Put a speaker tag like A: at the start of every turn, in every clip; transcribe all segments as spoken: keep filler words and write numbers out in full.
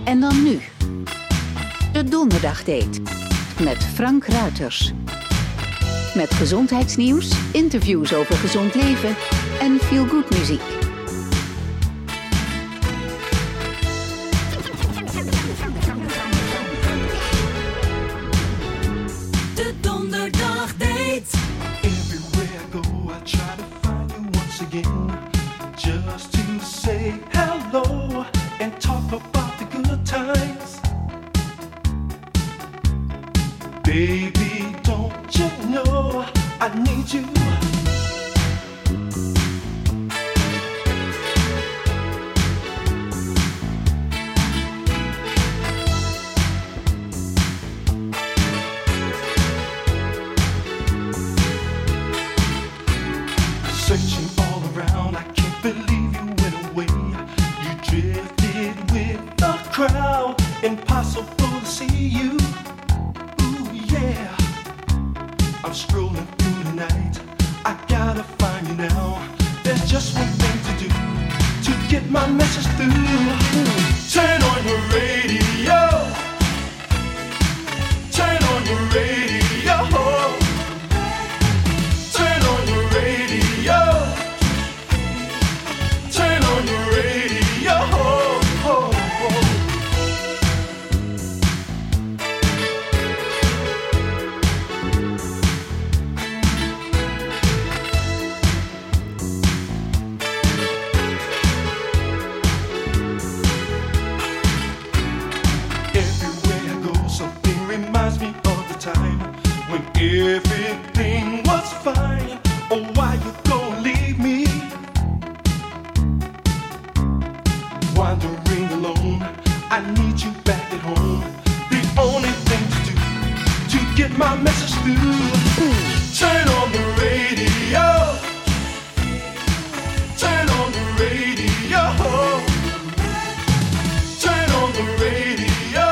A: En dan nu. De Donderdagdate. Met Frank Ruiters. Met gezondheidsnieuws, interviews over gezond leven en feel-good muziek.
B: De Donderdagdate.
C: Everywhere I go, I try to find you once again, just to say hello and talk about the good times. Baby, don't you know I need you? Searching all around, I can't believe you went away. You drifted with the crowd, impossible to see you. Ooh, yeah. I'm strolling through the night, I gotta find you now. There's just one thing to do, to get my message through. Turn on your radio. Turn on your radio. Turn on your radio. Turn on your radio. Everywhere I go, something reminds me of the time when everything was fine. Oh, why you gonna leave me? Wandering alone, I need you back at home. The only thing to do, to get my message through. Turn on the radio. Turn on the radio. Turn on the radio.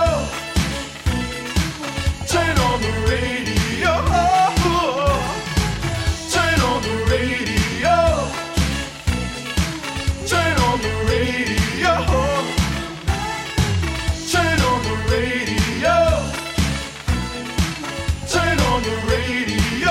C: Turn on the radio. Turn on the radio. Turn on the radio. Turn on the radio. Turn on the radio.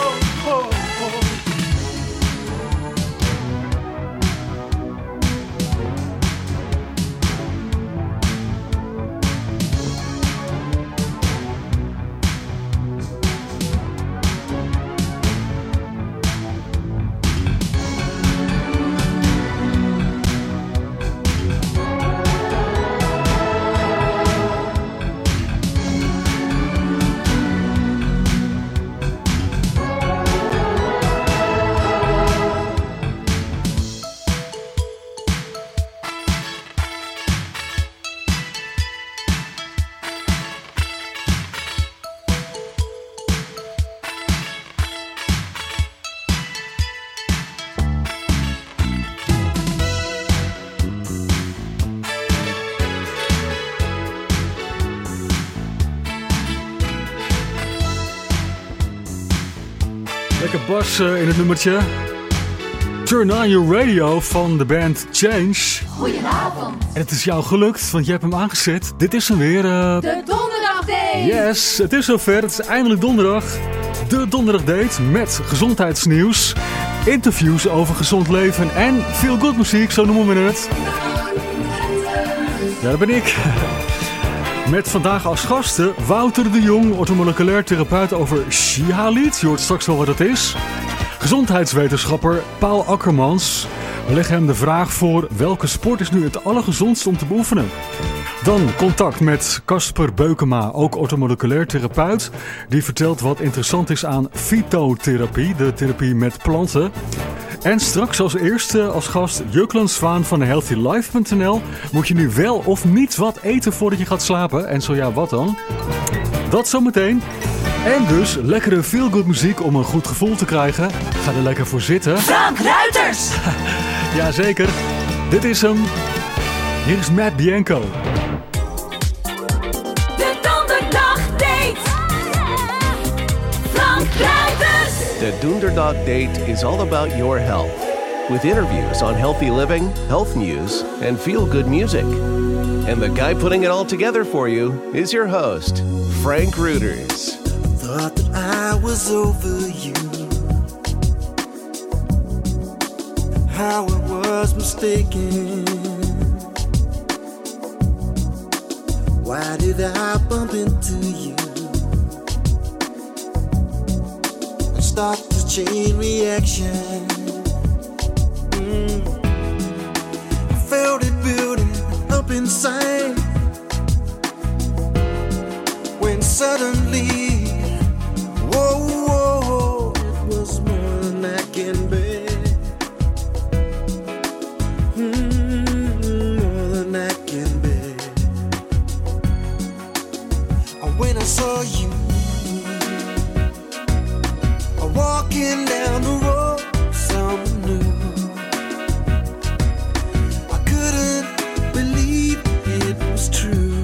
D: Lekker bas uh, in het nummertje. Turn on your radio van de band Change.
A: Goedenavond.
D: En het is jou gelukt, want je hebt hem aangezet. Dit is hem weer. Uh...
A: De Donderdagdate.
D: Yes, het is zover. Het is eindelijk donderdag. De Donderdagdate met gezondheidsnieuws, interviews over gezond leven en feel-good muziek, zo noemen we het. Ja, dat ben ik. Met vandaag als gasten Wouter de Jong, orthomoleculair therapeut over Shihalied. Je hoort straks wel wat het is. Gezondheidswetenschapper Paul Akkermans. We leggen hem de vraag voor: welke sport is nu het allergezondst om te beoefenen? Dan contact met Casper Beukema, ook orthomoleculair therapeut. Die vertelt wat interessant is aan fytotherapie, de therapie met planten. En straks als eerste als gast Juklen Zwaan van healthy life punt n l. Moet je nu wel of niet wat eten voordat je gaat slapen? En zo ja, wat dan? Dat zometeen. En dus lekkere feel-good muziek om een goed gevoel te krijgen. Ga er lekker voor zitten.
B: Frank Ruiters.
D: Jazeker. Dit is hem. Hier is Matt Bianco.
B: De Donderdagdate. Frank Ruiters.
E: The Donderdagdate is all about your health. with interviews on healthy living, health news, and feel-good music. And the guy putting it all together for you is your host, Frank Reuters.
F: Thought that I was over you. How I was mistaken. Why did I bump into you and start this chain reaction? Mm. I felt it building up inside when suddenly, whoa, whoa, it was more than I can bear. Mm, more than I can bear. When I saw you walking down the road, someone new, I couldn't believe it was true.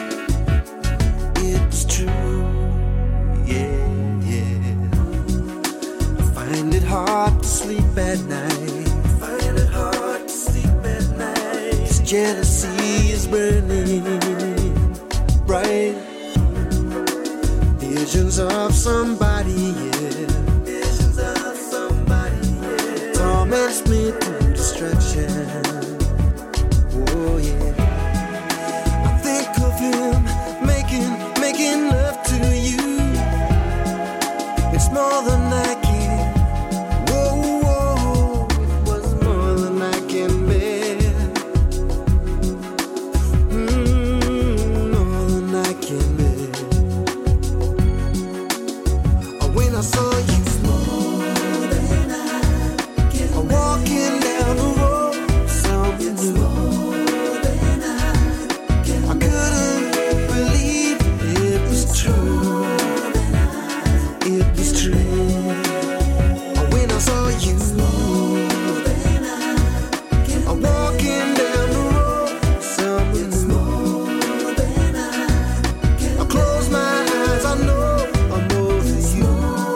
F: It was true, yeah, yeah. I find it hard to sleep at night. I find it hard to sleep at night. This jealousy is burning bright. Visions of somebody, yeah. Visions of somebody, yeah. Torments me to destruction. Oh yeah. I think of him making, making love to you. It's more than I can. Whoa, whoa, it was more than I can bear. Mm, more than I can bear. When I saw you, more than I can walking down the road, something new. More than I can I couldn't believe it was true. It was true. When I saw you, more than I can walking down the road, something new. More than I can I close my eyes, I know I'm over you.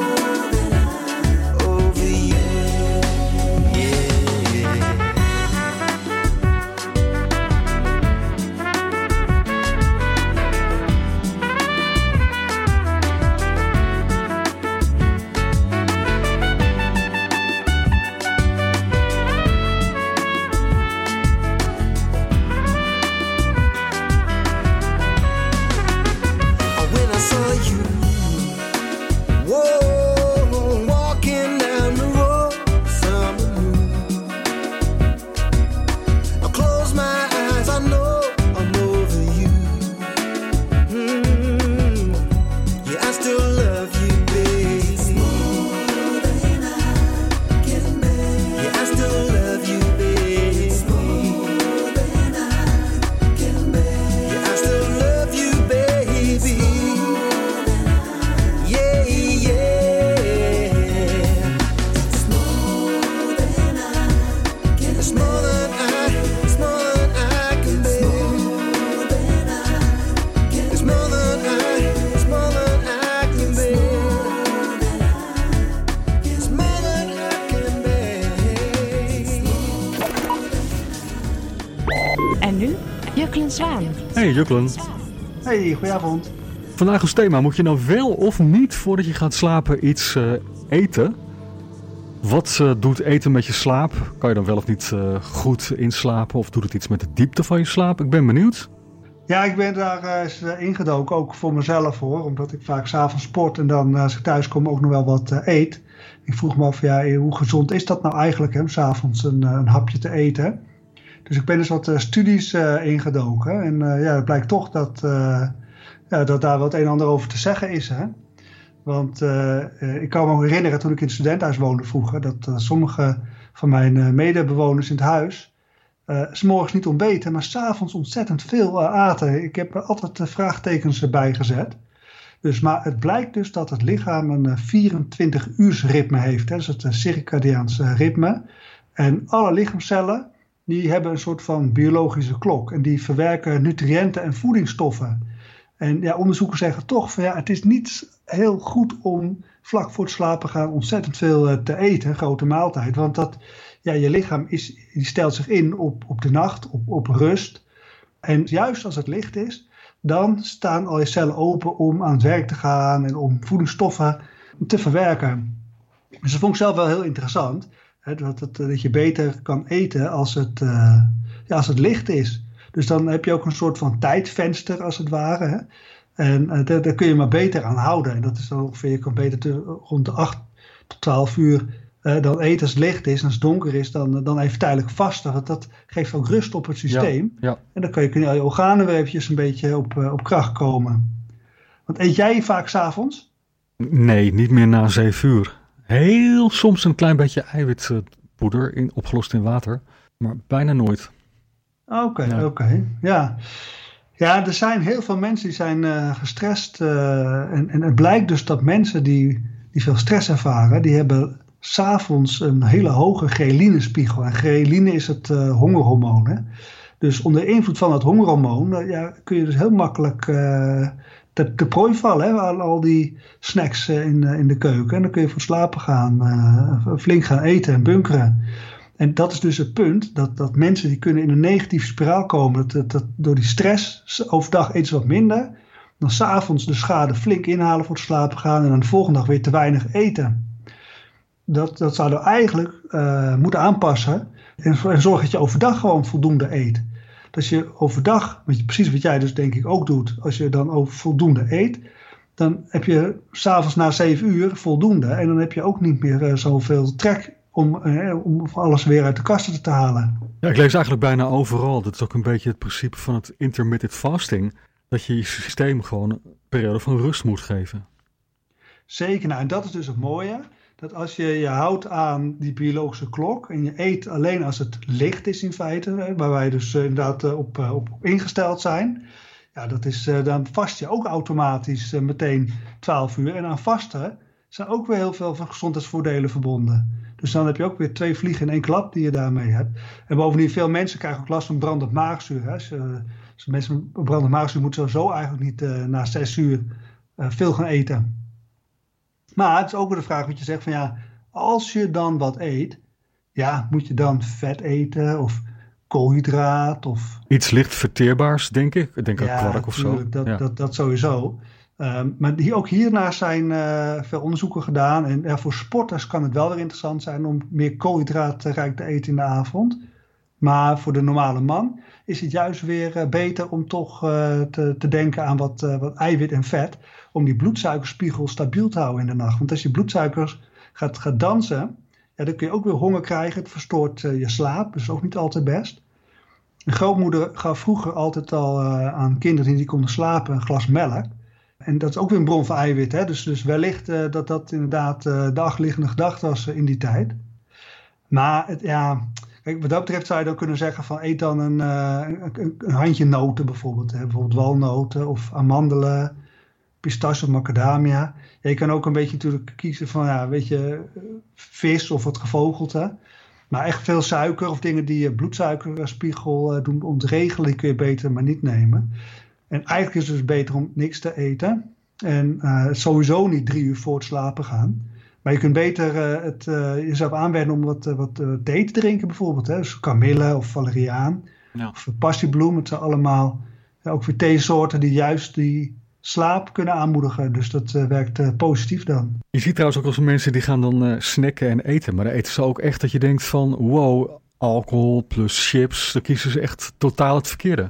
D: Hey Juklen.
G: Hey, goedenavond.
D: Vandaag als thema, moet je nou wel of niet voordat je gaat slapen iets uh, eten? Wat uh, doet eten met je slaap? Kan je dan wel of niet uh, goed inslapen of doet het iets met de diepte van je slaap? Ik ben benieuwd.
G: Ja, ik ben daar uh, eens uh, ingedoken, ook voor mezelf hoor. Omdat ik vaak 's avonds sport en dan uh, als ik thuis kom ook nog wel wat uh, eet. Ik vroeg me af, ja, hoe gezond is dat nou eigenlijk, hè, 's avonds een, een hapje te eten? Dus ik ben eens wat uh, studies uh, ingedoken. En uh, ja, het blijkt toch dat, uh, ja, dat daar wat een en ander over te zeggen is. Hè? Want uh, uh, ik kan me herinneren toen ik in het studentenhuis woonde vroeger. Dat uh, sommige van mijn uh, medebewoners in het huis uh, 's morgens niet ontbeten, maar 's avonds ontzettend veel uh, aten. Ik heb er altijd uh, vraagtekens bij gezet. Dus, maar het blijkt dus dat het lichaam een uh, vierentwintig uurs ritme heeft. Hè? Dat is het uh, circadiaanse ritme. En alle lichaamscellen die hebben een soort van biologische klok. En die verwerken nutriënten en voedingsstoffen. En ja, onderzoekers zeggen toch van ja, het is niet heel goed om vlak voor het slapen gaan ontzettend veel uh, te eten, een grote maaltijd. Want dat, ja, je lichaam is, die stelt zich in op, op de nacht, op, op rust. En juist als het licht is, dan staan al je cellen open om aan het werk te gaan en om voedingsstoffen te verwerken. Dus dat vond ik zelf wel heel interessant. Hè, dat, dat, dat je beter kan eten als het, uh, ja, als het licht is. Dus dan heb je ook een soort van tijdvenster als het ware. Hè? En uh, daar, daar kun je maar beter aan houden. En dat is dan ongeveer, je kan beter te, rond de acht tot twaalf uur uh, dan eten als het licht is. En als het donker is, dan, dan even tijdelijk vasten. Want dat geeft ook rust op het systeem. Ja, ja. En dan kan je, kun je al je organen weer eventjes een beetje op, uh, op kracht komen. Want eet jij vaak 's avonds?
D: Nee, niet meer na zeven uur. Heel soms een klein beetje eiwitpoeder in, opgelost in water. Maar bijna nooit.
G: Oké, okay, ja. oké. Okay. Ja. ja, er zijn heel veel mensen die zijn uh, gestrest. Uh, en, en het blijkt dus dat mensen die, die veel stress ervaren, die hebben 's avonds een hele hoge ghreline-spiegel. En ghreline is het uh, hongerhormoon. Hè? Dus onder invloed van dat hongerhormoon uh, ja, kun je dus heel makkelijk uh, te, te prooi vallen. Hè? Al, al die snacks uh, in, uh, in de keuken. En dan kun je voor slapen gaan, uh, flink gaan eten en bunkeren. En dat is dus het punt, dat, dat mensen die kunnen in een negatieve spiraal komen. Dat, dat, dat door die stress, overdag eten ze wat minder. Dan 's avonds de schade flink inhalen voor het slapen gaan. En dan de volgende dag weer te weinig eten. Dat, dat zouden we eigenlijk uh, moeten aanpassen. En, en zorgen dat je overdag gewoon voldoende eet. Dat je overdag, precies wat jij dus denk ik ook doet. Als je dan over voldoende eet. Dan heb je 's avonds na zeven uur voldoende. En dan heb je ook niet meer uh, zoveel trek. Om, eh, om alles weer uit de kasten te halen.
D: Ja, ik lees eigenlijk bijna overal. Dat is ook een beetje het principe van het intermittent fasting. Dat je je systeem gewoon een periode van rust moet geven.
G: Zeker, nou, en dat is dus het mooie. Dat als je je houdt aan die biologische klok. En je eet alleen als het licht is in feite. Waar wij dus uh, inderdaad uh, op, uh, op ingesteld zijn. Ja, dat is, uh, dan vast je ook automatisch uh, meteen twaalf uur. En aan vasten zijn ook weer heel veel gezondheidsvoordelen verbonden. Dus dan heb je ook weer twee vliegen in één klap die je daarmee hebt. En bovendien, veel mensen krijgen ook last van brandend maagzuur. Hè. Als, uh, als mensen met brandend maagzuur moeten sowieso eigenlijk niet uh, na zes uur uh, veel gaan eten. Maar het is ook weer de vraag wat je zegt van ja, als je dan wat eet, ja, moet je dan vet eten of koolhydraat of...
D: Iets licht verteerbaars, denk ik. Ik denk
G: ja,
D: aan kwark of zo.
G: Dat,
D: ja,
G: dat, dat sowieso. Um, maar hier, ook hiernaast zijn uh, veel onderzoeken gedaan. En ja, voor sporters kan het wel weer interessant zijn om meer koolhydraatrijk te eten in de avond. Maar voor de normale man is het juist weer uh, beter om toch uh, te, te denken aan wat, uh, wat eiwit en vet. Om die bloedsuikerspiegel stabiel te houden in de nacht. Want als je bloedsuikers gaat, gaat dansen, ja, dan kun je ook weer honger krijgen. Het verstoort uh, je slaap, dus ook niet altijd best. Mijn grootmoeder gaf vroeger altijd al uh, aan kinderen die niet konden slapen een glas melk. En dat is ook weer een bron van eiwit. Hè? Dus, dus wellicht uh, dat dat inderdaad uh, de achterliggende gedachte was uh, in die tijd. Maar het, ja, kijk, wat dat betreft zou je dan kunnen zeggen van eet dan een, uh, een, een handje noten bijvoorbeeld. Hè? Bijvoorbeeld walnoten of amandelen, pistache of macadamia. Ja, je kan ook een beetje natuurlijk kiezen van ja, weet je, vis of wat gevogelte. Maar echt veel suiker of dingen die je bloedsuikerspiegel uh, doen ontregelen, die kun je beter maar niet nemen. En eigenlijk is het dus beter om niks te eten. En uh, sowieso niet drie uur voor het slapen gaan. Maar je kunt beter uh, het, uh, jezelf aanwennen om wat, uh, wat uh, thee te drinken bijvoorbeeld. Hè? Dus kamille of valeriaan ja. of passiebloem. Het zijn allemaal uh, ook weer theesoorten die juist die slaap kunnen aanmoedigen. Dus dat uh, werkt uh, positief dan.
D: Je ziet trouwens ook als mensen die gaan dan uh, snacken en eten. Maar dan eten ze ook echt dat je denkt van wow, alcohol plus chips. Dan kiezen ze echt totaal het verkeerde.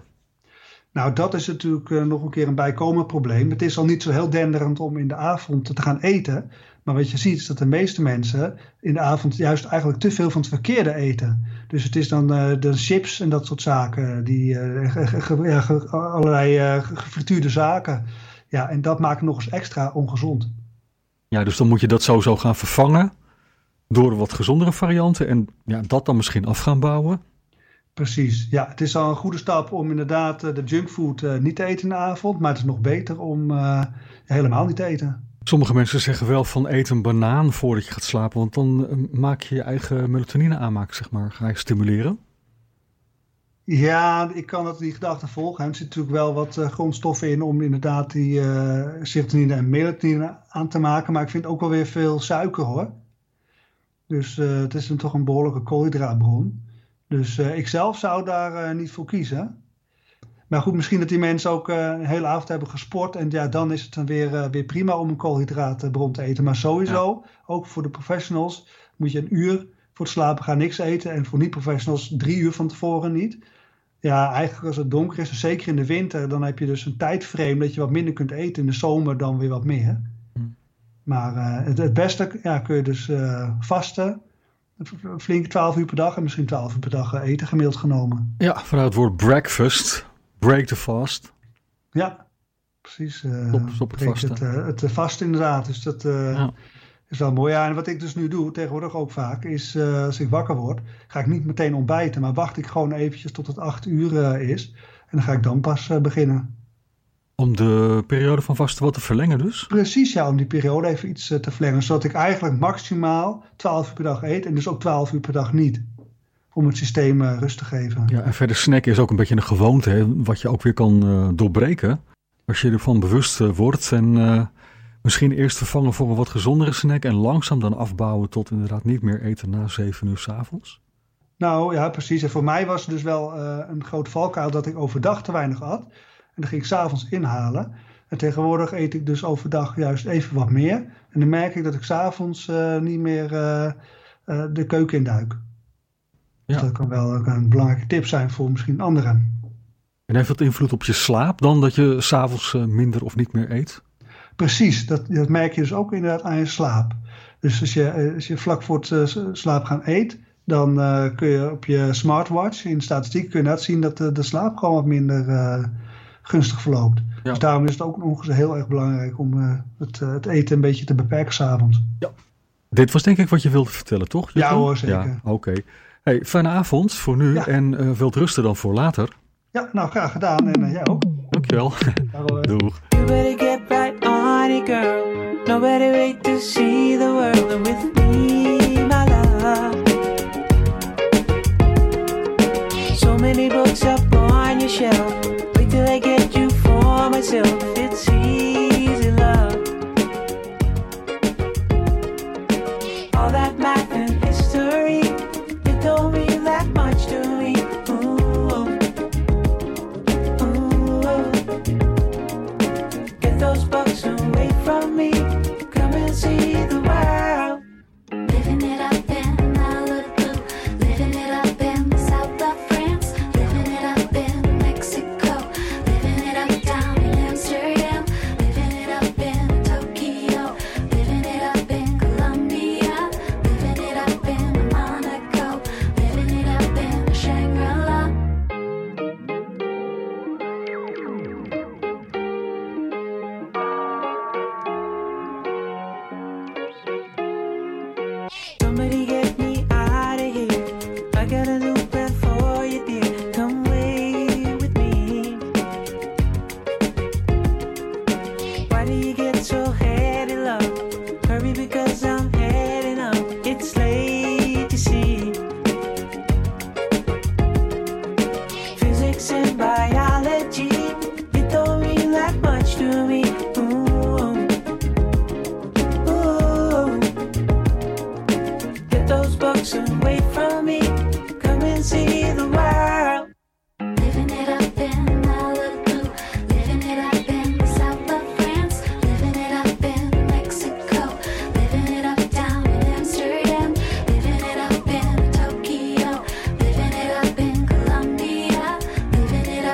G: Nou, dat is natuurlijk uh, nog een keer een bijkomend probleem. Het is al niet zo heel denderend om in de avond te gaan eten. Maar wat je ziet is dat de meeste mensen in de avond juist eigenlijk te veel van het verkeerde eten. Dus het is dan uh, de chips en dat soort zaken. Die, uh, ge, ge, ja, ge, allerlei uh, gefrituurde zaken. Ja, en dat maakt nog eens extra ongezond.
D: Ja, dus dan moet je dat sowieso gaan vervangen door wat gezondere varianten. En ja, dat dan misschien af gaan bouwen.
G: Precies, ja, het is al een goede stap om inderdaad uh, de junkfood uh, niet te eten in de avond. Maar het is nog beter om uh, helemaal niet te eten.
D: Sommige mensen zeggen wel van eet een banaan voordat je gaat slapen. Want dan uh, maak je je eigen melatonine aanmaak, zeg maar. Ga je stimuleren?
G: Ja, ik kan dat die gedachte volgen. Er zitten natuurlijk wel wat uh, grondstoffen in om inderdaad die uh, serotonine en melatonine aan te maken. Maar ik vind ook wel weer veel suiker hoor. Dus uh, het is een, toch een behoorlijke koolhydraatbron. Dus uh, ik zelf zou daar uh, niet voor kiezen. Maar goed, misschien dat die mensen ook uh, een hele avond hebben gesport. En ja, dan is het dan weer, uh, weer prima om een koolhydraatbron te eten. Maar sowieso, ja. ook voor de professionals, moet je een uur voor het slapen gaan niks eten. En voor niet-professionals drie uur van tevoren niet. Ja, eigenlijk als het donker is, en zeker in de winter, dan heb je dus een tijdframe dat je wat minder kunt eten. In de zomer dan weer wat meer. Hmm. Maar uh, het, het beste ja, kun je dus uh, vasten. Flink twaalf uur per dag en misschien twaalf uur per dag eten gemiddeld genomen.
D: Ja, vanuit het woord breakfast. Break the fast.
G: Ja, precies. Uh,
D: stop, stop het vasten.
G: Het, uh, het vast inderdaad. Dus dat uh, ja. is wel mooi. Ja, en wat ik dus nu doe, tegenwoordig ook vaak, is uh, als ik wakker word, ga ik niet meteen ontbijten, maar wacht ik gewoon eventjes tot het acht uur uh, is. En dan ga ik dan pas uh, beginnen.
D: Om de periode van vasten wat te verlengen dus?
G: Precies, ja, om die periode even iets uh, te verlengen. Zodat ik eigenlijk maximaal twaalf uur per dag eet en dus ook twaalf uur per dag niet. Om het systeem uh, rust te geven.
D: Ja, en verder snacken is ook een beetje een gewoonte, hè, wat je ook weer kan uh, doorbreken. Als je ervan bewust uh, wordt en uh, misschien eerst vervangen voor een wat gezondere snack en langzaam dan afbouwen tot inderdaad niet meer eten na zeven uur 's avonds.
G: Nou ja, precies. En voor mij was het dus wel uh, een groot valkuil dat ik overdag te weinig at. En dan ging ik 's avonds inhalen. En tegenwoordig eet ik dus overdag juist even wat meer. En dan merk ik dat ik 's avonds uh, niet meer uh, uh, de keuken induik. Ja. Dus dat kan wel een belangrijke tip zijn voor misschien anderen.
D: En heeft dat invloed op je slaap dan dat je 's avonds uh, minder of niet meer eet?
G: Precies, dat, dat merk je dus ook inderdaad aan je slaap. Dus als je, als je vlak voor het uh, slaap gaan eet, dan uh, kun je op je smartwatch in de statistiek kun je net zien dat de, de slaap gewoon wat minder uh, gunstig verloopt. Ja. Dus daarom is het ook nog eens heel erg belangrijk om uh, het, uh, het eten een beetje te beperken 's avonds.
D: Ja. Dit was denk ik wat je wilde vertellen, toch?
G: Ja hoor, zeker.
D: Ja, oké. Okay. Hey, fijne avond voor nu ja. en uh, wilt rusten dan voor later.
G: Ja, nou graag gedaan en uh, jij ook.
D: Dankjewel. Doeg.
H: You better get right on it, girl. Nobody wait to see the world and with me, my love. So many books up on your shelf. Wait till I get you for myself. It's easy, love. All that math and history, you told me that much to me. Ooh, ooh. Get those bucks away from me. Come and see the world.
I: Living it up in Malibu, living it up in the south of France, living it up in Mexico, living it up down in Amsterdam, living it up in Tokyo, living it up in Colombia, living it up in Monaco, living it up in Shangri-La.
H: Somebody get me out of here. I got a new plan for you, dear. Come away with me. Why do you get so heady, love? Hurry because I'm heading up. It's late, you see. Physics and biology, you don't mean that much to me. Ooh, ooh. Get those bucks away from me. Come and see the world.
I: Living it up in Malibu, living it up in the south of France, living it up in Mexico, living it up down in Amsterdam, living it up in Tokyo, living it up in Colombia, living it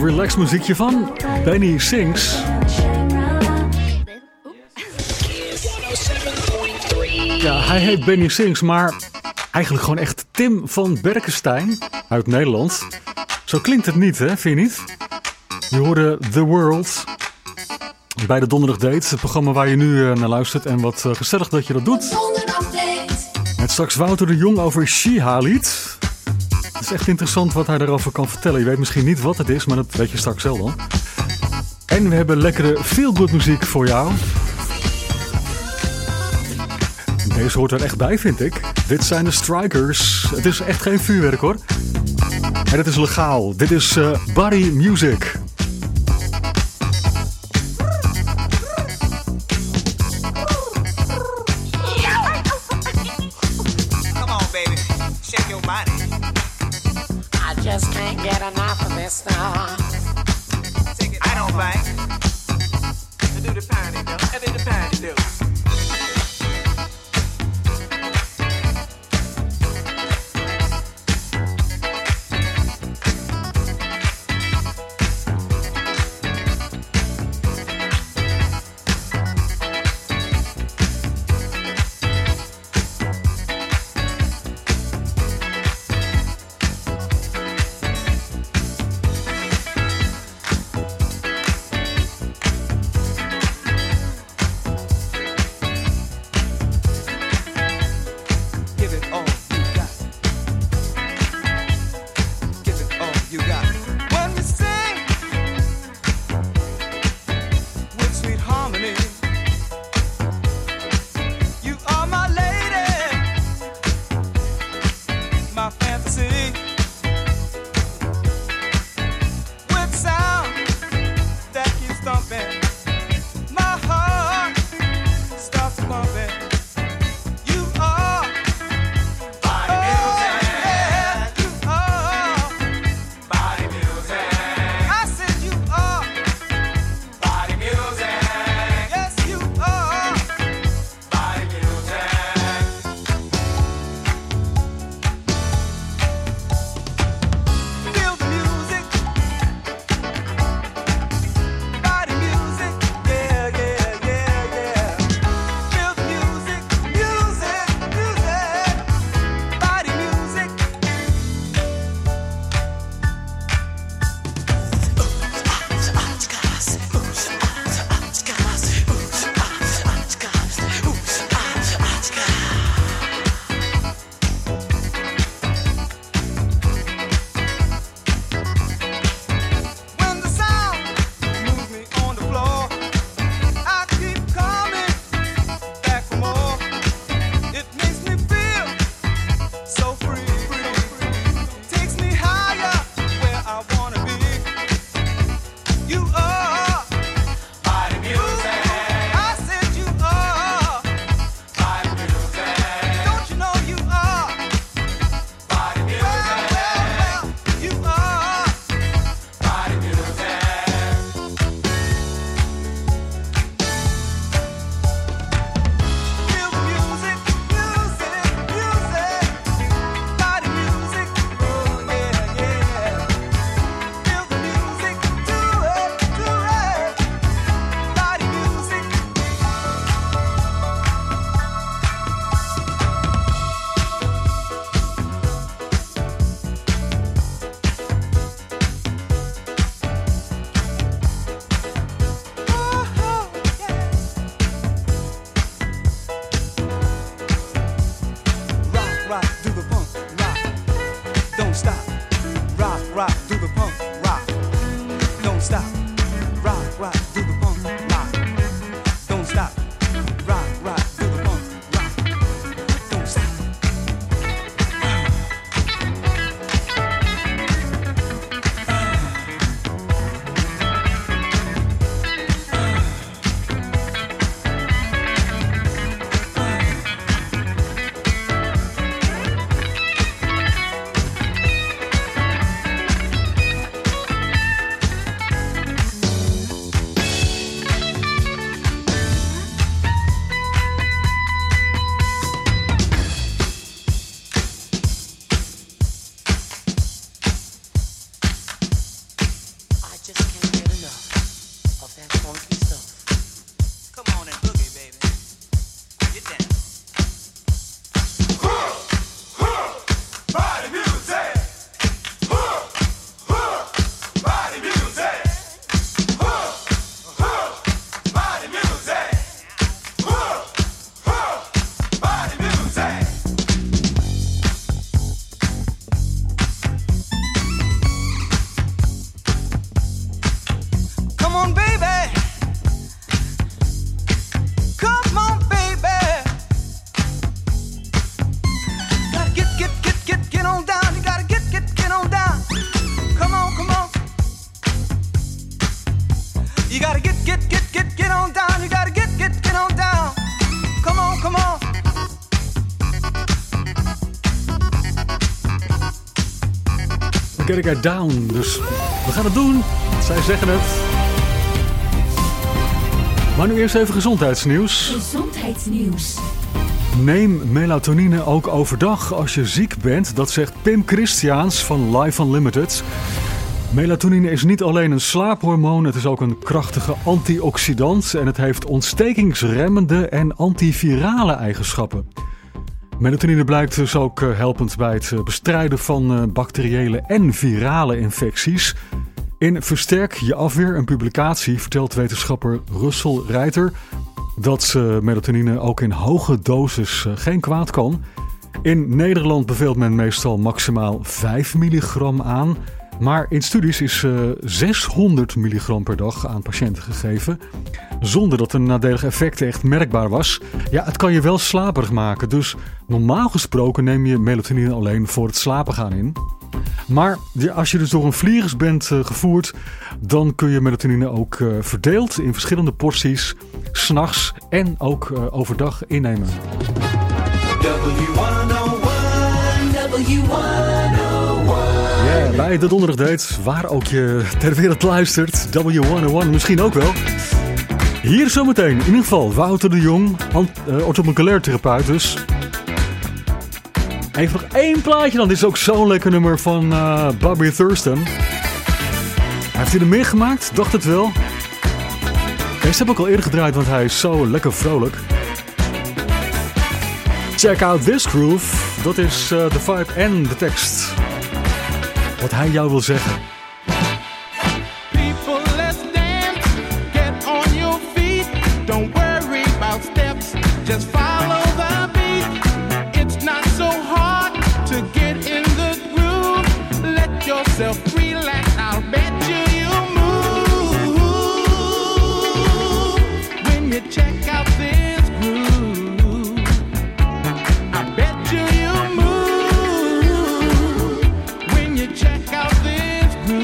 D: relax muziekje van Benny Sings. Ja, hij heet Benny Sings, maar eigenlijk gewoon echt Tim van Berkenstein uit Nederland. Zo klinkt het niet, hè? Vind je niet? Je hoorde The World bij de Donderdag Date, het programma waar je nu uh, naar luistert. En wat uh, gezellig dat je dat doet. Met straks Wouter de Jong over Shihalied. Het is echt interessant wat hij daarover kan vertellen. Je weet misschien niet wat het is, maar dat weet je straks wel dan. En we hebben lekkere feel-good muziek voor jou. Deze hoort er echt bij, vind ik. Dit zijn de Strikers. Het is echt geen vuurwerk, hoor. En het is legaal. Dit is uh, Body Music.
J: Just can't get enough of this stuff. Take it I don't bite. I do the poundy do. I do the poundy do. just can't get enough of that funky stuff. Come on and boogie, baby. Get down.
C: Body music. Body music. Body music. Body music.
F: Come on, baby. Come on, baby. Gotta get, get, get, get, get on down. You gotta get, get, get on down. Come on, come on. You gotta get, get, get, get, get on down. You gotta get, get, get on down. Come on, come on.
D: We gotta get down, dus we gaan het doen. Zij zeggen het. Maar nu eerst even gezondheidsnieuws.
B: Gezondheidsnieuws.
D: Neem melatonine ook overdag als je ziek bent. Dat zegt Pim Christiaans van Life Unlimited. Melatonine is niet alleen een slaaphormoon, het is ook een krachtige antioxidant en het heeft ontstekingsremmende en antivirale eigenschappen. Melatonine blijkt dus ook eh, helpend bij het eh, bestrijden van eh, bacteriële en virale infecties. In Versterk je afweer, een publicatie, vertelt wetenschapper Russell Reiter dat eh, melatonine ook in hoge dosis eh, geen kwaad kan. In Nederland beveelt men meestal maximaal vijf milligram aan. Maar in studies is uh, zeshonderd milligram per dag aan patiënten gegeven, zonder dat een nadelig effect echt merkbaar was. Ja, het kan je wel slaperig maken, dus normaal gesproken neem je melatonine alleen voor het slapen gaan in. Maar ja, als je dus door een vliegers bent uh, gevoerd, dan kun je melatonine ook uh, verdeeld in verschillende porties, 's nachts en ook uh, overdag innemen.
C: W honderdéén, W honderdéén.
D: Ja, bij de Donderdagdate, waar ook je ter wereld luistert, W honderdéén misschien ook wel. Hier zometeen, in ieder geval, Wouter de Jong, uh, orthomoleculair therapeut dus. Even nog één plaatje dan, dit is ook zo'n lekker nummer van uh, Bobby Thurston. Heeft hij er meer gemaakt? Dacht het wel. Deze heb ik al eerder gedraaid, want hij is zo lekker vrolijk. Check out this groove, dat is uh, de vibe en de tekst. Wat hij jou wil zeggen.
K: People, let's dance. Get on your feet. Don't worry about steps. Just follow the beat. It's not so hard to get in the groove. Let yourself relax. I'll bet you you move when you check out this groove. I bet you you move when you check out this groove.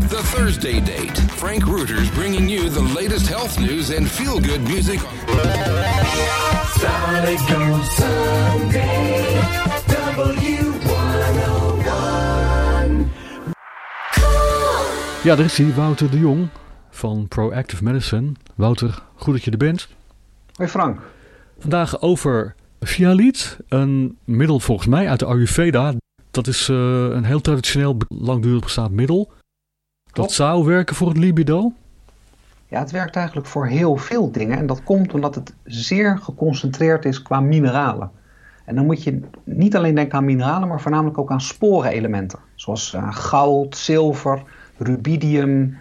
L: The Thursday Date. Frank Reuters bringing you the latest health news and feel-good music.
B: Sonic on Sunday, W honderdéén.
D: Ja, daar is hij, Wouter de Jong van Proactive Medicine. Wouter, goed dat je er bent.
M: Hoi Frank.
D: Vandaag over Cialit, een middel volgens mij uit de Ayurveda. Dat is uh, een heel traditioneel langdurig bestaand middel. Dat
M: Klopt.
D: zou werken voor het libido.
M: Ja, het werkt eigenlijk voor heel veel dingen. En dat komt omdat het zeer geconcentreerd is qua mineralen. En dan moet je niet alleen denken aan mineralen, maar voornamelijk ook aan sporenelementen. Zoals uh, goud, zilver, rubidium,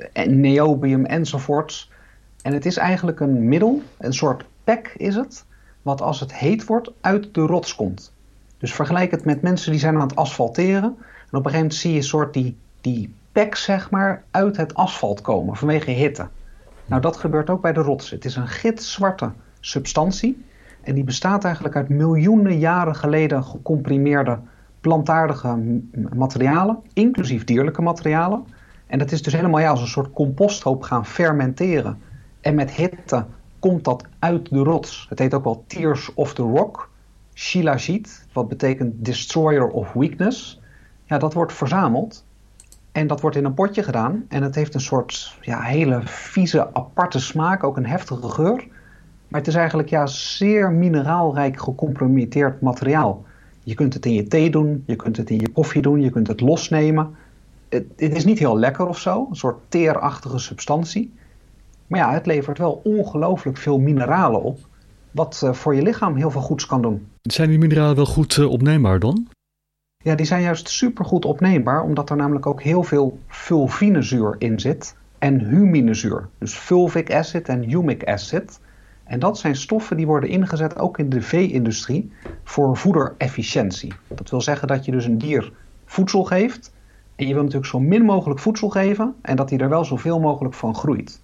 M: niobium enzovoorts. En het is eigenlijk een middel, een soort pek is het, wat als het heet wordt uit de rots komt. Dus vergelijk het met mensen die zijn aan het asfalteren. En op een gegeven moment zie je een soort die, die pek zeg maar uit het asfalt komen vanwege hitte. Nou, dat gebeurt ook bij de rots. Het is een gitzwarte substantie. En die bestaat eigenlijk uit miljoenen jaren geleden gecomprimeerde plantaardige materialen, inclusief dierlijke materialen. En dat is dus helemaal ja, als een soort composthoop gaan fermenteren. En met hitte komt dat uit de rots. Het heet ook wel Tears of the Rock. Shilajit, wat betekent Destroyer of Weakness. Ja, dat wordt verzameld. En dat wordt in een potje gedaan. En het heeft een soort ja, hele vieze, aparte smaak. Ook een heftige geur. Maar het is eigenlijk ja, zeer mineraalrijk gecompromitteerd materiaal. Je kunt het in je thee doen. Je kunt het in je koffie doen. Je kunt het losnemen. Het, het is niet heel lekker of zo. Een soort teerachtige substantie. Maar ja, het levert wel ongelooflijk veel mineralen op. Wat uh, voor je lichaam heel veel goeds kan doen.
D: Zijn die mineralen wel goed uh, opneembaar dan?
M: Ja, die zijn juist supergoed opneembaar. Omdat er namelijk ook heel veel fulvinezuur in zit. En huminezuur. Dus fulvic acid en humic acid. En dat zijn stoffen die worden ingezet ook in de vee-industrie voor voederefficiëntie. Dat wil zeggen dat je dus een dier voedsel geeft. En je wil natuurlijk zo min mogelijk voedsel geven. En dat hij er wel zoveel mogelijk van groeit.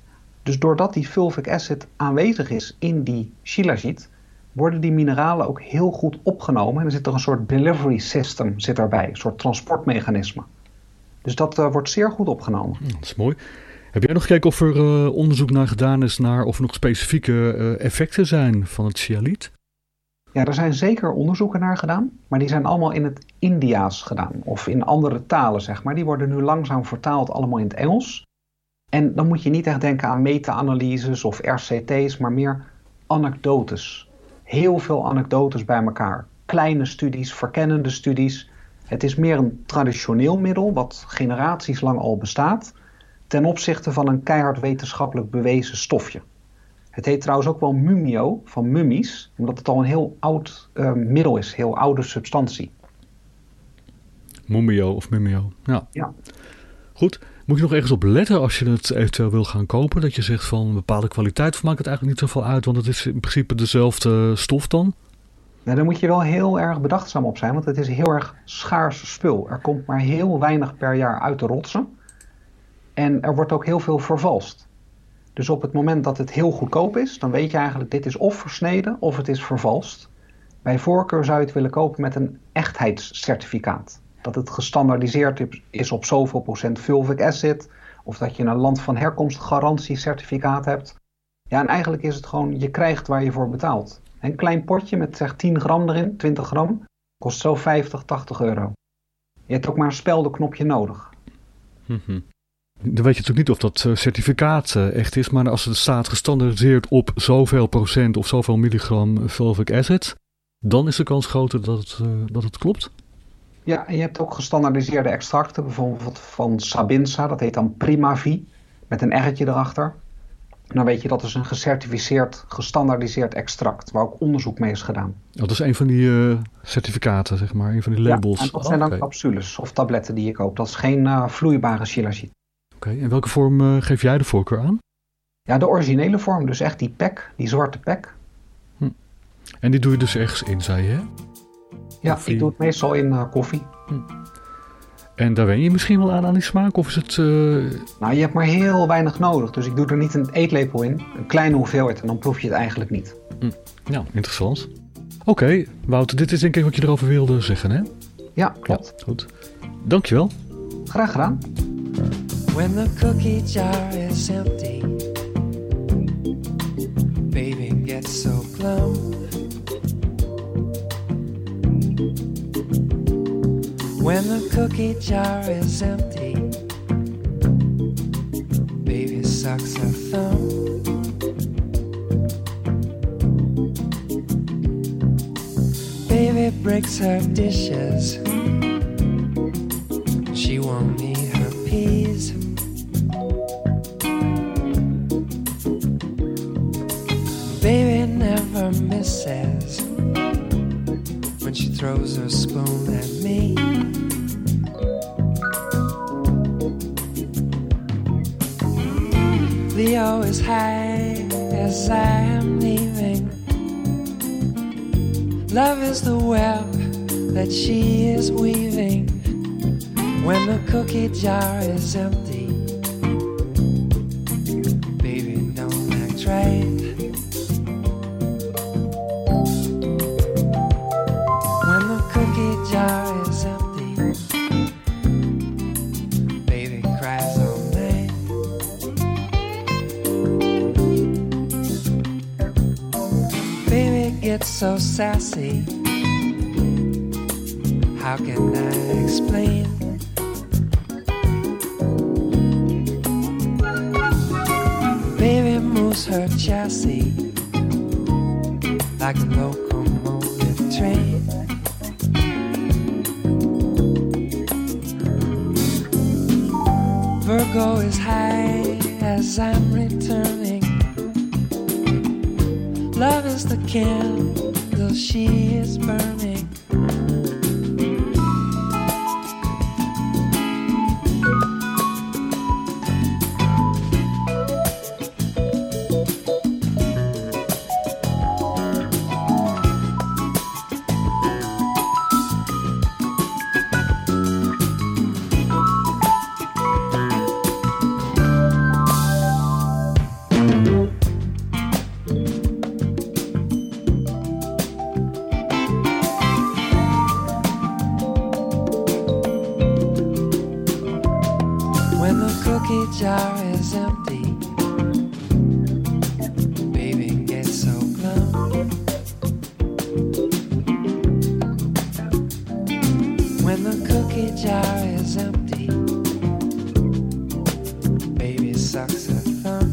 M: Dus doordat die fulvic acid aanwezig is in die shilajit, worden die mineralen ook heel goed opgenomen. En er zit er een soort delivery system zit erbij, een soort transportmechanisme. Dus dat uh, wordt zeer goed opgenomen.
D: Dat is mooi. Heb jij nog gekeken of er uh, onderzoek naar gedaan is naar of er nog specifieke uh, effecten zijn van het Cialit?
M: Ja, er zijn zeker onderzoeken naar gedaan, maar die zijn allemaal in het Indiaas gedaan. Of in andere talen, zeg maar. Die worden nu langzaam vertaald allemaal in het Engels. En dan moet je niet echt denken aan meta-analyses of R C T's, maar meer anekdotes. Heel veel anekdotes bij elkaar. Kleine studies, verkennende studies. Het is meer een traditioneel middel wat generaties lang al bestaat, ten opzichte van een keihard wetenschappelijk bewezen stofje. Het heet trouwens ook wel mumio, van mummies, omdat het al een heel oud uh, middel is, heel oude substantie.
D: Mumio of mumio, ja.
M: ja.
D: Goed. Moet je nog ergens op letten als je het eventueel wil gaan kopen? Dat je zegt van een bepaalde kwaliteit, of maakt het eigenlijk niet zoveel uit, want het is in principe dezelfde stof dan?
M: Nou, daar moet je wel heel erg bedachtzaam op zijn, want het is heel erg schaars spul. Er komt maar heel weinig per jaar uit de rotsen. En er wordt ook heel veel vervalst. Dus op het moment dat het heel goedkoop is, dan weet je eigenlijk dit is of versneden of het is vervalst. Bij voorkeur zou je het willen kopen met een echtheidscertificaat. Dat het gestandaardiseerd is op zoveel procent fulvic acid. Of dat je een land van herkomst garantiecertificaat hebt. Ja, en eigenlijk is het gewoon, je krijgt waar je voor betaalt. Een klein potje met zeg tien gram erin, twintig gram, kost zo vijftig, tachtig euro. Je hebt ook maar een speldenknopje nodig.
D: Mm-hmm. Dan weet je natuurlijk niet of dat uh, certificaat uh, echt is. Maar als het staat gestandaardiseerd op zoveel procent of zoveel milligram fulvic acid, dan is de kans groter dat het, uh, dat het klopt.
M: Ja, en je hebt ook gestandaardiseerde extracten, bijvoorbeeld van Sabinsa, dat heet dan Primavi, met een R'tje erachter. En dan weet je dat is een gecertificeerd, gestandaardiseerd extract, waar ook onderzoek mee is gedaan.
D: Dat is een van die uh, certificaten, zeg maar, een van die labels.
M: Ja, en dat zijn dan
D: oh, okay.
M: capsules of tabletten die je koopt. Dat is geen uh, vloeibare shilajit.
D: Oké, okay. En welke vorm uh, geef jij de voorkeur aan?
M: Ja, de originele vorm, dus echt die pek, die zwarte pek.
D: Hm. En die doe je dus ergens in, zei je, hè?
M: Ja,
D: koffie.
M: Ik doe het meestal in uh, koffie.
D: Hm. En daar wen je misschien wel aan aan die smaak? Of is het... Uh...
M: Nou, je hebt maar heel weinig nodig. Dus ik doe er niet een eetlepel in. Een kleine hoeveelheid en dan proef je het eigenlijk niet.
D: Hm. Nou, interessant. Oké, okay, Wouter, dit is denk ik wat je erover wilde zeggen, hè?
M: Ja, klopt.
D: Ja, goed. Dankjewel.
M: Graag gedaan.
N: When the cookie jar is empty, baby gets so glum. When the cookie jar is empty, baby sucks her thumb. Baby breaks her dishes, she won't need her peas. Baby never misses when she throws her spoon at me. Leo is high as I am leaving. Love is the web that she is weaving. When the cookie jar is empty, baby, don't act right. When the cookie jar is empty, baby cries all night. Baby gets so sassy, how can I explain? Baby moves her chassis like a locomotive train. Virgo is high as I'm returning. Love is the candle she is burning. When the cookie jar is empty, baby gets so glum. When the cookie jar is empty, baby sucks her thumb.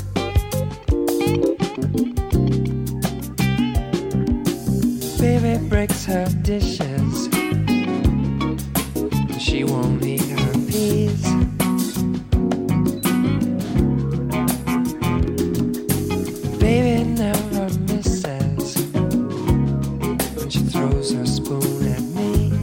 N: Baby breaks her dishes, she won't need her peas. Baby never misses when she throws her spoon at me.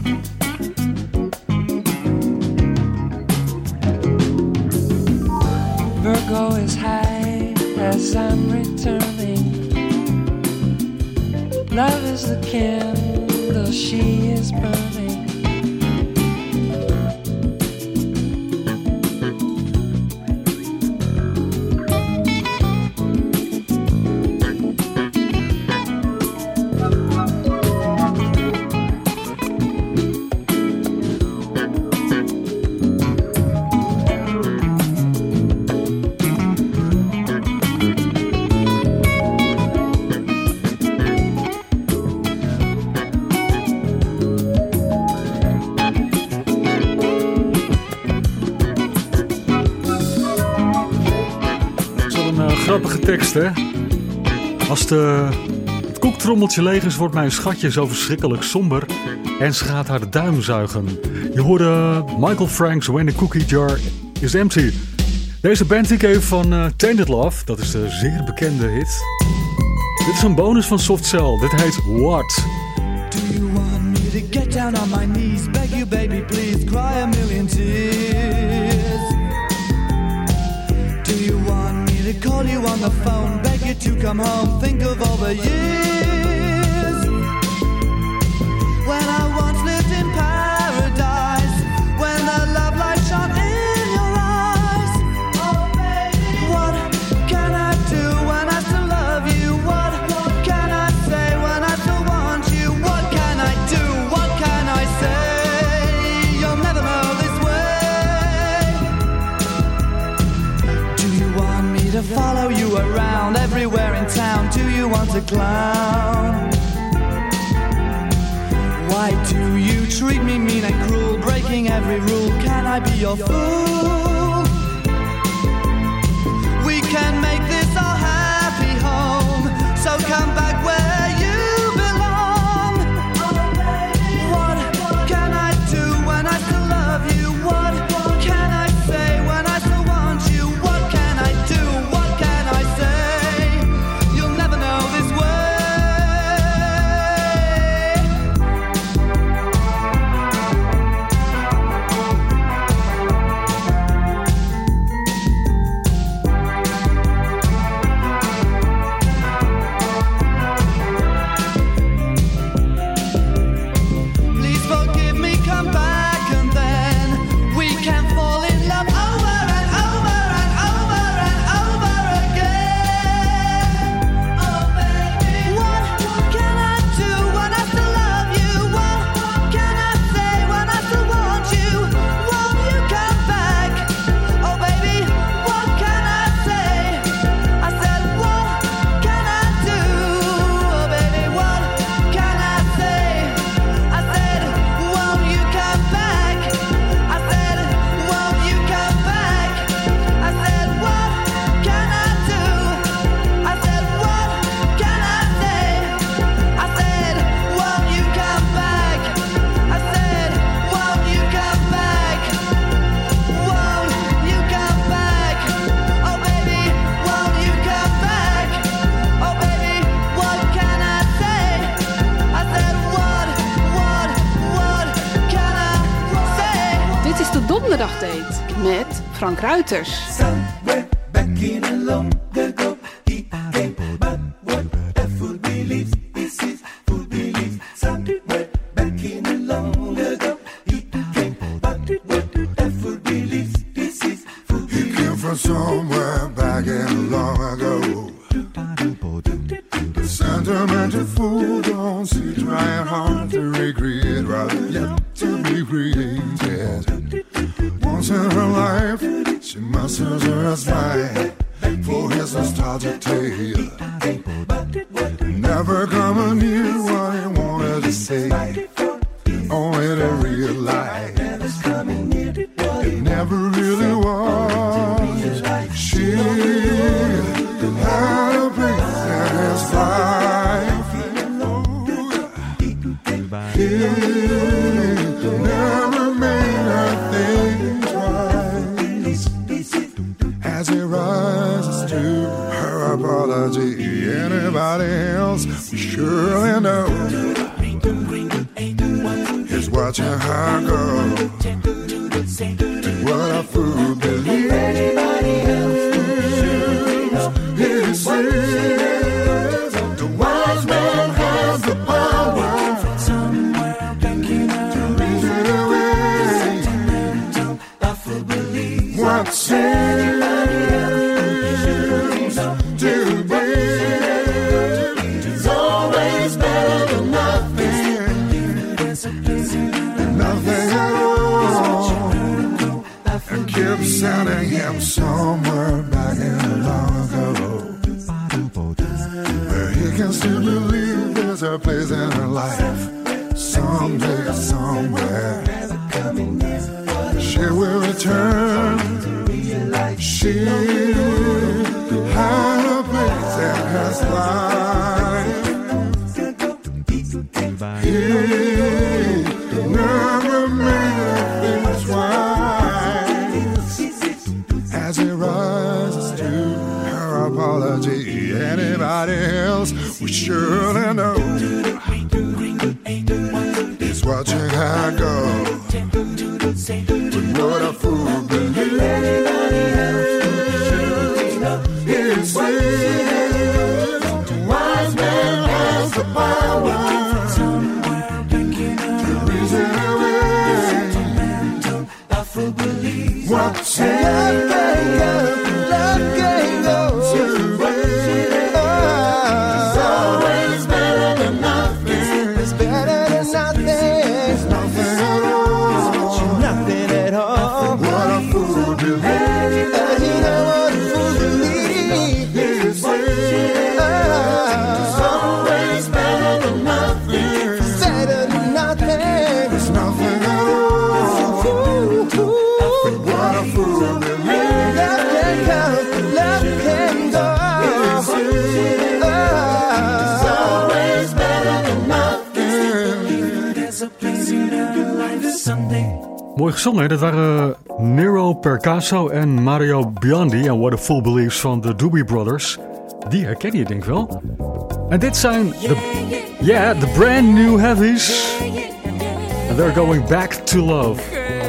N: Virgo is high as I'm returning. Love is the candle she is burning.
D: Grappige tekst, hè? Als de, het koektrommeltje leeg is, wordt mijn schatje zo verschrikkelijk somber en ze gaat haar de duim zuigen. Je hoorde Michael Franks When the Cookie Jar is Empty. Deze band die keek van uh, Tainted Love, dat is de zeer bekende hit. Dit is een bonus van Soft Cell, dit heet What?
B: Do you want me to get down on my knees, beg you baby please, cry a million tears? Do you want me to call you on the phone, beg you to come home, think of all the years when I once lived in paradise, when the love light shone in your eyes. Oh baby, what can I do when I still love you? What can I say when I still want you? What can I do? What can I say? You'll never know this way. you around everywhere in town. Do you want a clown? Why do you treat me mean and cruel, breaking every rule? Can I be your fool? We can make this our happy home, so come back where you belong. What can I do when I still love you? What can I say when I still want you? What can I do? What can I say? You'll never know this way. Please forgive me, come back and then we can fall in love over and over and over and over again. Oh baby, what can I do when I still love you? What can I say when I still want you? Won't you come back? Oh baby, what can I say? I said, what can I do? Oh baby, what can I say? I said, won't you come back? I said, won't you come back? I said, what can I do? I said, what can I say? I said, won't you come back? I said, won't you come back? Won't you come back? Oh baby, won't you come back? Oh baby, what can I say? I said, what, what, what can I say?
O: Dit is de Donderdagdate met Frank Ruiters.
B: Somewhere back in a long ago, he came, but what a fool believes is his fool belief. Somewhere back in a long ago, he came, but what a fool believes is his fool belief.
P: He came from somewhere back in long ago. The sentimental fool don't see, trying hard to recreate, rather yet to be created. Once in her life, she musters her smile for his nostalgic tale. Never coming near what he wanted to say, only to realize it never really was. She had a place in his life. He never made a thing twice. As he rises to her apology, anybody else we surely know is watching her go. What a fool believes. Anybody else he says the wise man has the power to reason away what seems to be is always better than nothing, nothing at all. And keep sending him somewhere back in long ago, where he can still believe there's a place in her life. Someday, somewhere, she will return. She had a place in his life. He never made a thing twice. As he rises to her apology, anybody else we surely know is watching her go. But what a fool believes. He says the wise man has the power to reason away what's letting go to be. It's always better than nothing. It's better than nothing. It's nothing at all. Nothing at all. What a fool believes.
H: Sunday.
D: Mooi gezongen, hè? Dat waren Nero Percasso en Mario Biondi en What a Fool Believes van de Doobie Brothers. Die herken je denk ik wel. En dit zijn de, yeah, the brand new heavies. And they're going back to love.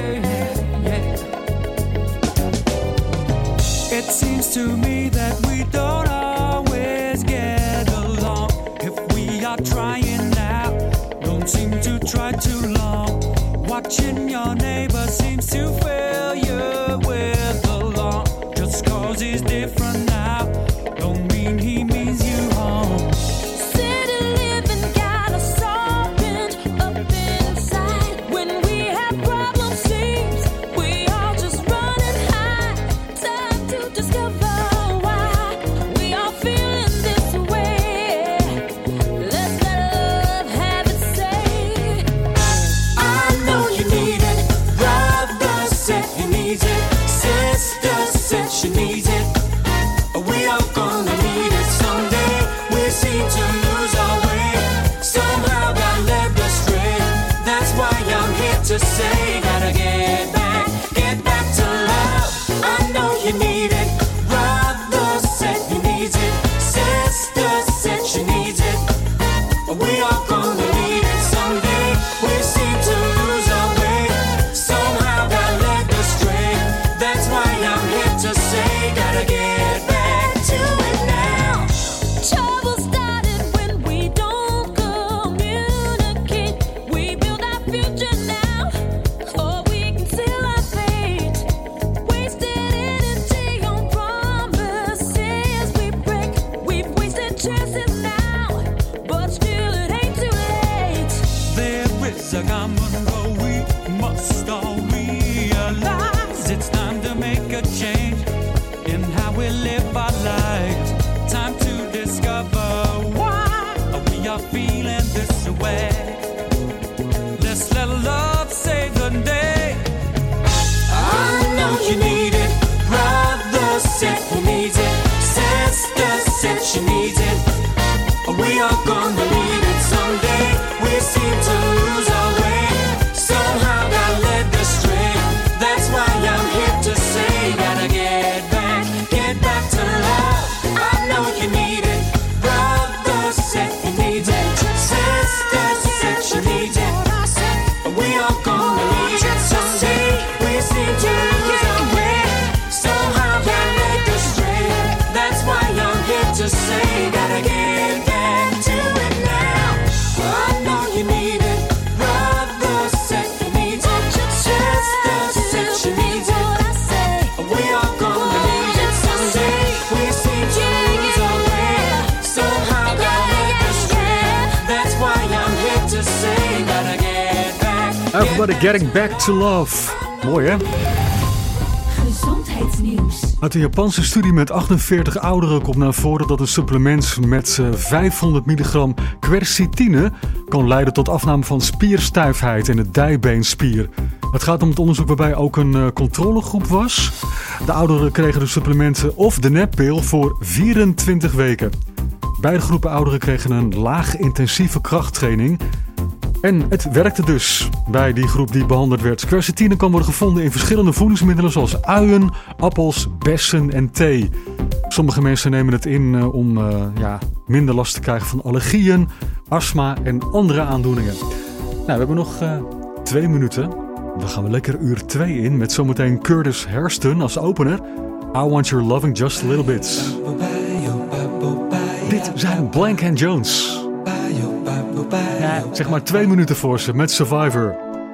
H: It seems to me that we don't always get along. If we are trying now, don't seem to try too long. Watching your neighbor seems to fill you with alarm. Just cause he's different now, don't mean he means you harm.
I: City living got us all bent up inside. When we have problems, seems we all just run and hide. Time to discover why we are feeling this way. Let's let love have its say.
H: I know you need it, brother said he needs it, sister said she needs it. We are gonna need it someday. We seem to lose our way, somehow got led astray. That's why I'm here to say, gotta get back, get back to love. I know you need it, brother said he needs it, sister said she needs it. We are gonna need it someday. We seem to lose our way, somehow got led astray. That's why I'm here to say, gotta get back to it now.
I: Trouble started when we don't communicate. We build our future now, or we can seal our fate. Wasted energy on promises we break. We've wasted chances now, but still it ain't too late.
H: There is a common goal we must all realize. It's time to make a change in how we live our lives. Time to discover why we are feeling this way. Let's let love save the day. I know you need it, brother said he needs it, sister said she needs it. We are gonna need it someday. We seem to lose our way, somehow got led astray. That's why I'm here to say, gotta get back, get back to love. I know you need it, brother said he needs it, sister said she needs it. We are gonna need it someday. We seem to lose our way, somehow got led astray. That's why I'm here to say, gotta get back to it now. I know you need it, brother said he needs it, sister said she needs it. We are gonna need it someday. We seem to lose our way, somehow got led astray. That's why I'm here to say, gotta get back.
D: Everybody getting back to love. Mooi hè?
A: Gezondheidsnieuws.
D: Uit een Japanse studie met achtenveertig ouderen komt naar voren dat een supplement met eh, vijfhonderd milligram quercitine kan leiden tot afname van spierstijfheid in de dijbeenspier. Het gaat om het onderzoek waarbij ook een eh, controlegroep was. De ouderen kregen de supplementen of de neppil voor vierentwintig weken. Beide groepen ouderen kregen een laag intensieve krachttraining. En het werkte dus bij die groep die behandeld werd. Quercitine kan worden gevonden in verschillende voedingsmiddelen zoals uien, appels, bessen en thee. Sommige mensen nemen het in uh, om uh, ja, minder last te krijgen van allergieën, astma en andere aandoeningen. Nou, we hebben nog uh, twee minuten. Dan gaan we lekker uur twee in met zometeen Curtis Hairston als opener. I Want Your Loving Just a Little Bit. Dit zijn Blank and Jones. Ja, zeg maar twee minuten voor ze met Survivor.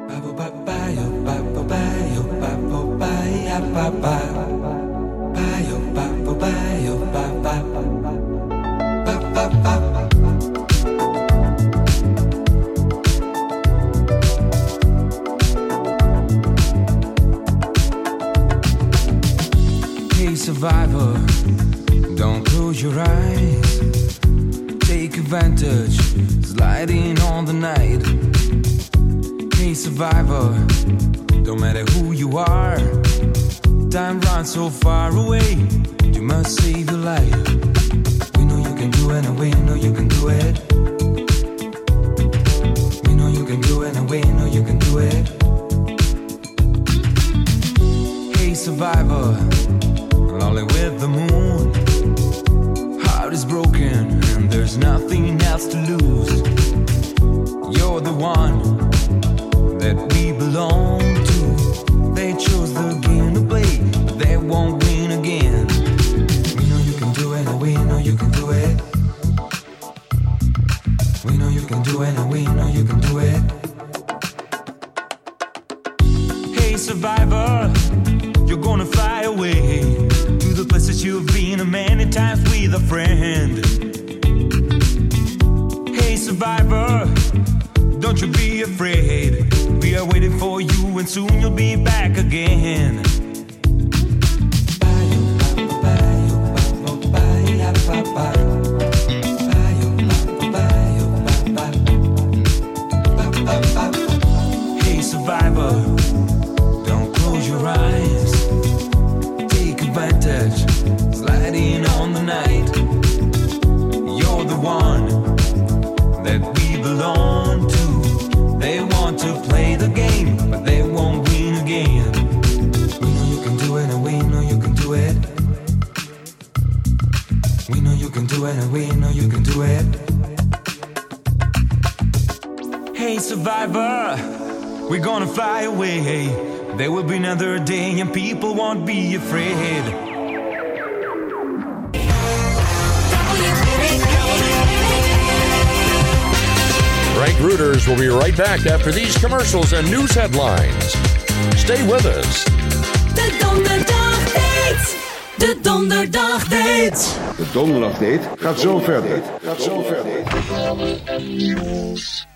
Q: Hey survivor, don't close your eyes. Take advantage, sliding on the night. Hey survivor, don't matter who you are. Time runs so far away, you must save your life. We know you can do it and we know you can do it. We know you can do it and we know you can do it. there's nothing else to lose. You're the one that we belong to. They chose the game to play, but they won't win again. We know you can do it, and we know you can do it. We know you can do it, and we know you can do it. Hey survivor, you're gonna fly away to the places you've been many times with a friend. Hey survivor, don't you be afraid. We are waiting for you and soon you'll be back again. Hey survivor, don't close your eyes. Take advantage, sliding on the night. You're the one that we belong to. They want to play the game, but they won't win again. We know you can do it, and we know you can do it. We know you can do it, and we know you can do it. Hey survivor, we're gonna fly away. There will be another day and people won't be afraid.
R: Frank Rooters will be right back after these commercials and news headlines. Stay with us.
S: De Donderdagdate. De Donderdagdate.
T: De Donderdagdate gaat zo verder. Gaat zo verder.